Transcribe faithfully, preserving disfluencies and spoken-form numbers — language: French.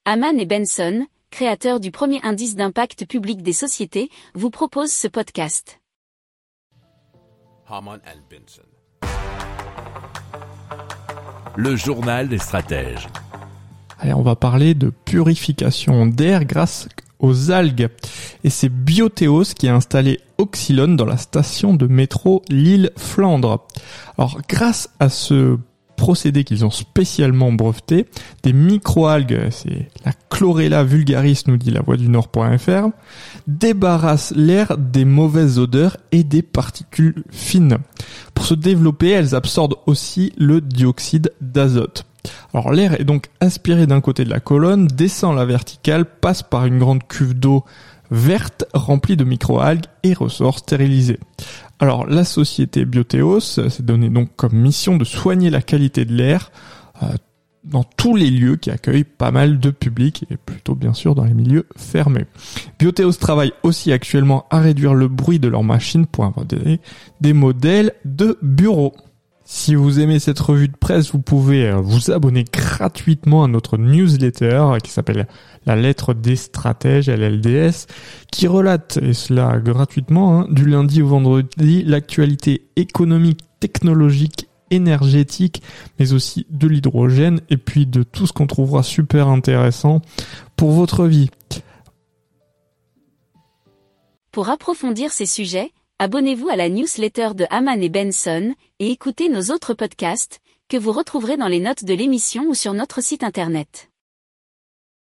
Hamann et Benson, créateurs du premier indice d'impact public des sociétés, vous proposent ce podcast. Hamann and Benson. Le journal des stratèges. Allez, on va parler de purification d'air grâce aux algues. Et c'est Biotheos qui a installé Oxylon dans la station de métro Lille-Flandre. Alors, grâce à ce procédé qu'ils ont spécialement breveté, des microalgues, c'est la Chlorella vulgaris, nous dit la voix du nord point f r, débarrassent l'air des mauvaises odeurs et des particules fines. Pour se développer, elles absorbent aussi le dioxyde d'azote. Alors l'air est donc aspiré d'un côté de la colonne, descend la verticale, passe par une grande cuve d'eau verte remplie de microalgues et ressort stérilisé. Alors la société Biotheos s'est donné donc comme mission de soigner la qualité de l'air euh, dans tous les lieux qui accueillent pas mal de public et plutôt bien sûr dans les milieux fermés. Biotheos travaille aussi actuellement à réduire le bruit de leurs machines pour inventer des modèles de bureaux. Si vous aimez cette revue de presse, vous pouvez vous abonner gratuitement à notre newsletter qui s'appelle La Lettre des Stratèges, L L D S, qui relate, et cela gratuitement, hein, du lundi au vendredi, l'actualité économique, technologique, énergétique, mais aussi de l'hydrogène, et puis de tout ce qu'on trouvera super intéressant pour votre vie. Pour approfondir ces sujets, abonnez-vous à la newsletter de Hamann et Benson et écoutez nos autres podcasts que vous retrouverez dans les notes de l'émission ou sur notre site internet.